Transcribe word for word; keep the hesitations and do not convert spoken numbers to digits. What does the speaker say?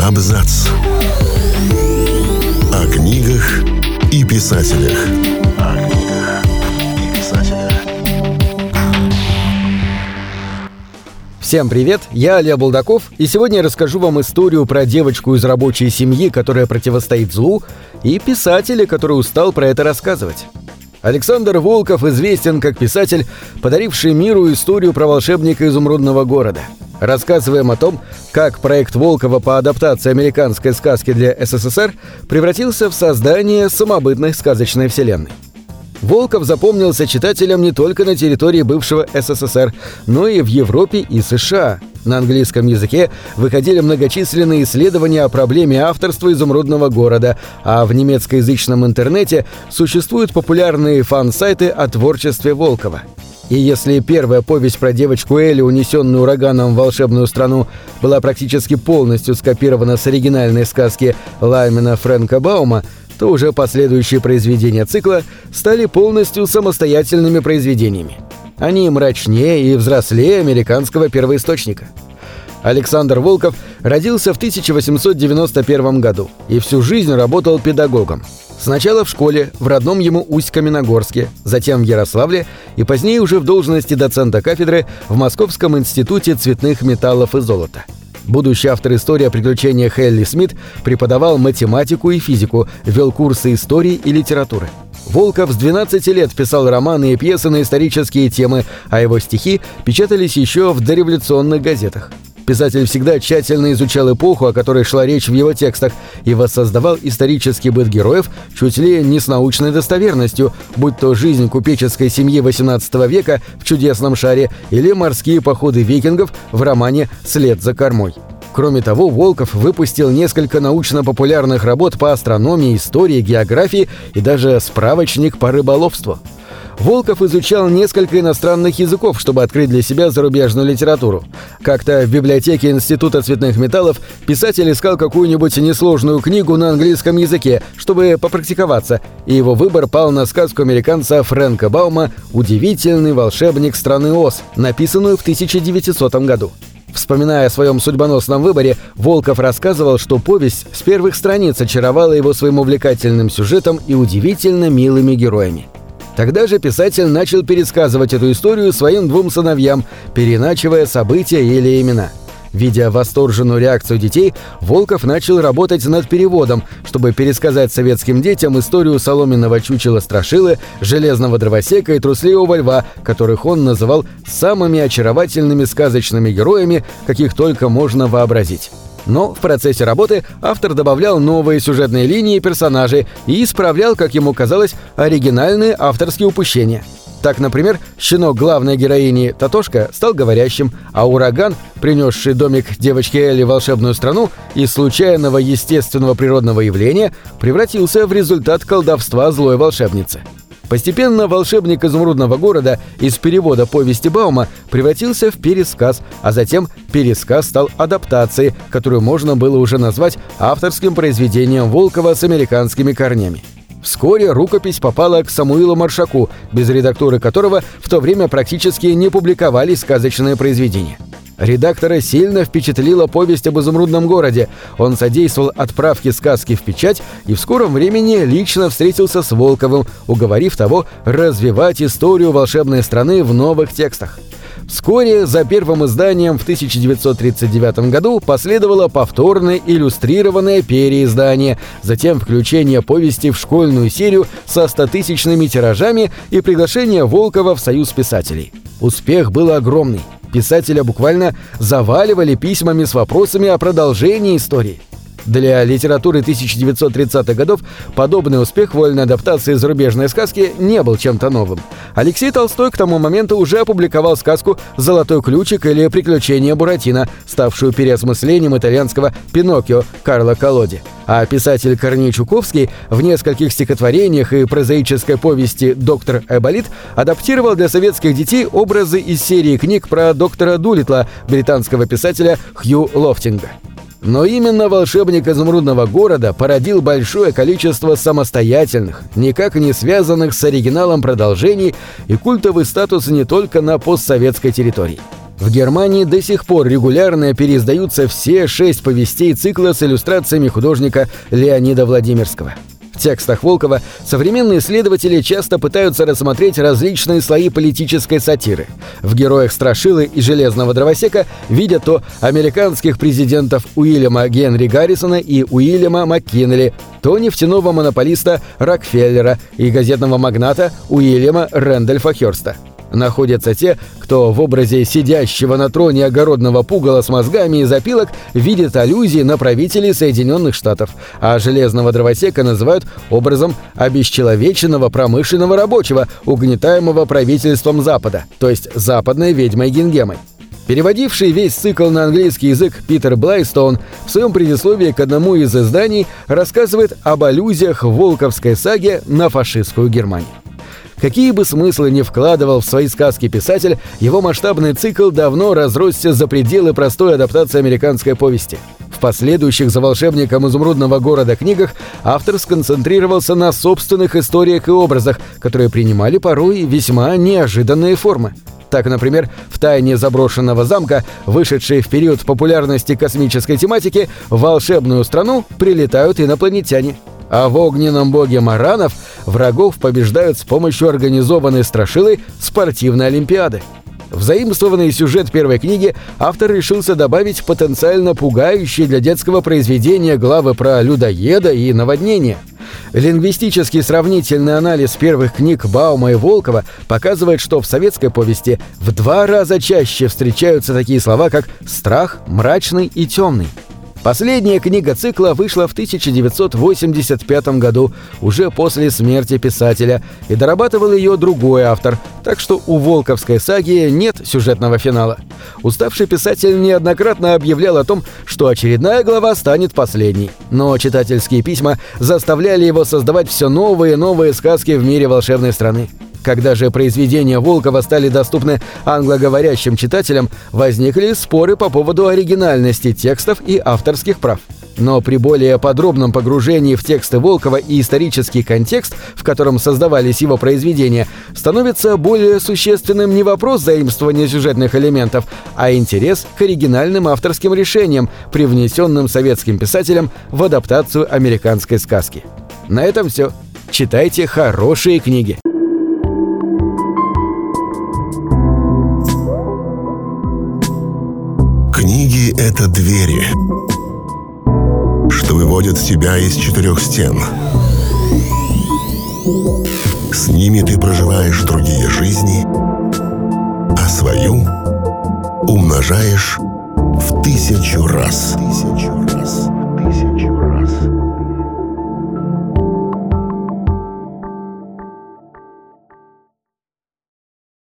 Абзац. О книгах и писателях. О книгах и писателях. Всем привет, я Илья Булдаков, и сегодня я расскажу вам историю про девочку из рабочей семьи, которая противостоит злу, и писателя, который устал про это рассказывать. Александр Волков известен как писатель, подаривший миру историю про волшебника изумрудного города. Рассказываем о том, как проект Волкова по адаптации американской сказки для СССР превратился в создание самобытной сказочной вселенной. Волков запомнился читателям не только на территории бывшего СССР, но и в Европе и США. На английском языке выходили многочисленные исследования о проблеме авторства изумрудного города, а в немецкоязычном интернете существуют популярные фан-сайты о творчестве Волкова. И если первая повесть про девочку Элли, унесенную ураганом в волшебную страну, была практически полностью скопирована с оригинальной сказки Лаймена Фрэнка Баума, то уже последующие произведения цикла стали полностью самостоятельными произведениями. Они мрачнее и взрослее американского первоисточника. Александр Волков родился в тысяча восемьсот девяносто первом году и всю жизнь работал педагогом. Сначала в школе, в родном ему Усть-Каменогорске, затем в Ярославле и позднее уже в должности доцента кафедры в Московском институте цветных металлов и золота. Будущий автор истории о приключениях Элли Смит преподавал математику и физику, вел курсы истории и литературы. Волков с двенадцати лет писал романы и пьесы на исторические темы, а его стихи печатались еще в дореволюционных газетах. Писатель всегда тщательно изучал эпоху, о которой шла речь в его текстах, и воссоздавал исторический быт героев чуть ли не с научной достоверностью, будь то жизнь купеческой семьи восемнадцатого века в «Чудесном шаре» или морские походы викингов в романе «След за кормой». Кроме того, Волков выпустил несколько научно-популярных работ по астрономии, истории, географии и даже справочник по рыболовству. Волков изучал несколько иностранных языков, чтобы открыть для себя зарубежную литературу. Как-то в библиотеке Института цветных металлов писатель искал какую-нибудь несложную книгу на английском языке, чтобы попрактиковаться, и его выбор пал на сказку американца Фрэнка Баума «Удивительный волшебник страны Оз», написанную в тысяча девятисотом году. Вспоминая о своем судьбоносном выборе, Волков рассказывал, что повесть с первых страниц очаровала его своим увлекательным сюжетом и удивительно милыми героями. Тогда же писатель начал пересказывать эту историю своим двум сыновьям, переиначивая события или имена. Видя восторженную реакцию детей, Волков начал работать над переводом, чтобы пересказать советским детям историю соломенного чучела-страшилы, железного дровосека и трусливого льва, которых он называл самыми очаровательными сказочными героями, каких только можно вообразить. Но в процессе работы автор добавлял новые сюжетные линии и персонажей и исправлял, как ему казалось, оригинальные авторские упущения. Так, например, щенок главной героини Тотошка стал говорящим, а ураган, принесший домик девочки Элли в волшебную страну, из случайного естественного природного явления превратился в результат колдовства злой волшебницы. Постепенно «Волшебник изумрудного города» из перевода повести Баума превратился в пересказ, а затем пересказ стал адаптацией, которую можно было уже назвать авторским произведением Волкова с американскими корнями. Вскоре рукопись попала к Самуилу Маршаку, без редактуры которого в то время практически не публиковались сказочные произведения. Редактора сильно впечатлила повесть об изумрудном городе. Он содействовал отправке сказки в печать и в скором времени лично встретился с Волковым, уговорив того развивать историю волшебной страны в новых текстах. Вскоре за первым изданием в тысяча девятьсот тридцать девятом году последовало повторное иллюстрированное переиздание, затем включение повести в школьную серию со стотысячными тиражами и приглашение Волкова в Союз писателей. Успех был огромный. Писателя буквально заваливали письмами с вопросами о продолжении истории. Для литературы тысяча девятьсот тридцатых годов подобный успех вольной адаптации зарубежной сказки не был чем-то новым. Алексей Толстой к тому моменту уже опубликовал сказку «Золотой ключик» или «Приключения Буратино», ставшую переосмыслением итальянского «Пиноккио» Карло Колоди. А писатель Корней Чуковский в нескольких стихотворениях и прозаической повести «Доктор Айболит» адаптировал для советских детей образы из серии книг про доктора Дулиттла британского писателя Хью Лофтинга. Но именно «Волшебник изумрудного города» породил большое количество самостоятельных, никак не связанных с оригиналом продолжений и культовый статус не только на постсоветской территории. В Германии до сих пор регулярно переиздаются все шесть повестей цикла с иллюстрациями художника Леонида Владимирского. В текстах Волкова современные исследователи часто пытаются рассмотреть различные слои политической сатиры. В героях Страшилы и Железного дровосека видят то американских президентов Уильяма Генри Гаррисона и Уильяма МcKinley, то нефтяного монополиста Рокфеллера и газетного магната Уильяма Рэндольфа Хёрста. Находятся те, кто в образе сидящего на троне огородного пугала с мозгами из опилок видит аллюзии на правителей Соединенных Штатов, а Железного дровосека называют образом обесчеловеченного промышленного рабочего, угнетаемого правительством Запада, то есть западной ведьмой Гингемой. Переводивший весь цикл на английский язык Питер Блайстоун в своем предисловии к одному из изданий рассказывает об аллюзиях в волковской саге на фашистскую Германию. Какие бы смыслы ни вкладывал в свои сказки писатель, его масштабный цикл давно разросся за пределы простой адаптации американской повести. В последующих за волшебником изумрудного города книгах автор сконцентрировался на собственных историях и образах, которые принимали порой весьма неожиданные формы. Так, например, в «Тайне заброшенного замка», вышедшей в период популярности космической тематики, в волшебную страну прилетают инопланетяне. А в «Огненном боге Маранов» врагов побеждают с помощью организованной Страшилой спортивной олимпиады. В заимствованный сюжет первой книги автор решился добавить потенциально пугающие для детского произведения главы про людоеда и наводнение. Лингвистический сравнительный анализ первых книг Баума и Волкова показывает, что в советской повести в два раза чаще встречаются такие слова, как «страх», «мрачный» и «темный». Последняя книга цикла вышла в тысяча девятьсот восемьдесят пятом году, уже после смерти писателя, и дорабатывал ее другой автор, так что у волковской саги нет сюжетного финала. Уставший писатель неоднократно объявлял о том, что очередная глава станет последней, но читательские письма заставляли его создавать все новые и новые сказки в мире волшебной страны. Когда же произведения Волкова стали доступны англоговорящим читателям, возникли споры по поводу оригинальности текстов и авторских прав. Но при более подробном погружении в тексты Волкова и исторический контекст, в котором создавались его произведения, становится более существенным не вопрос заимствования сюжетных элементов, а интерес к оригинальным авторским решениям, привнесенным советским писателем в адаптацию американской сказки. На этом все. Читайте хорошие книги. Книги — это двери, что выводят тебя из четырех стен. С ними ты проживаешь другие жизни, а свою умножаешь в тысячу раз. Тысячу раз.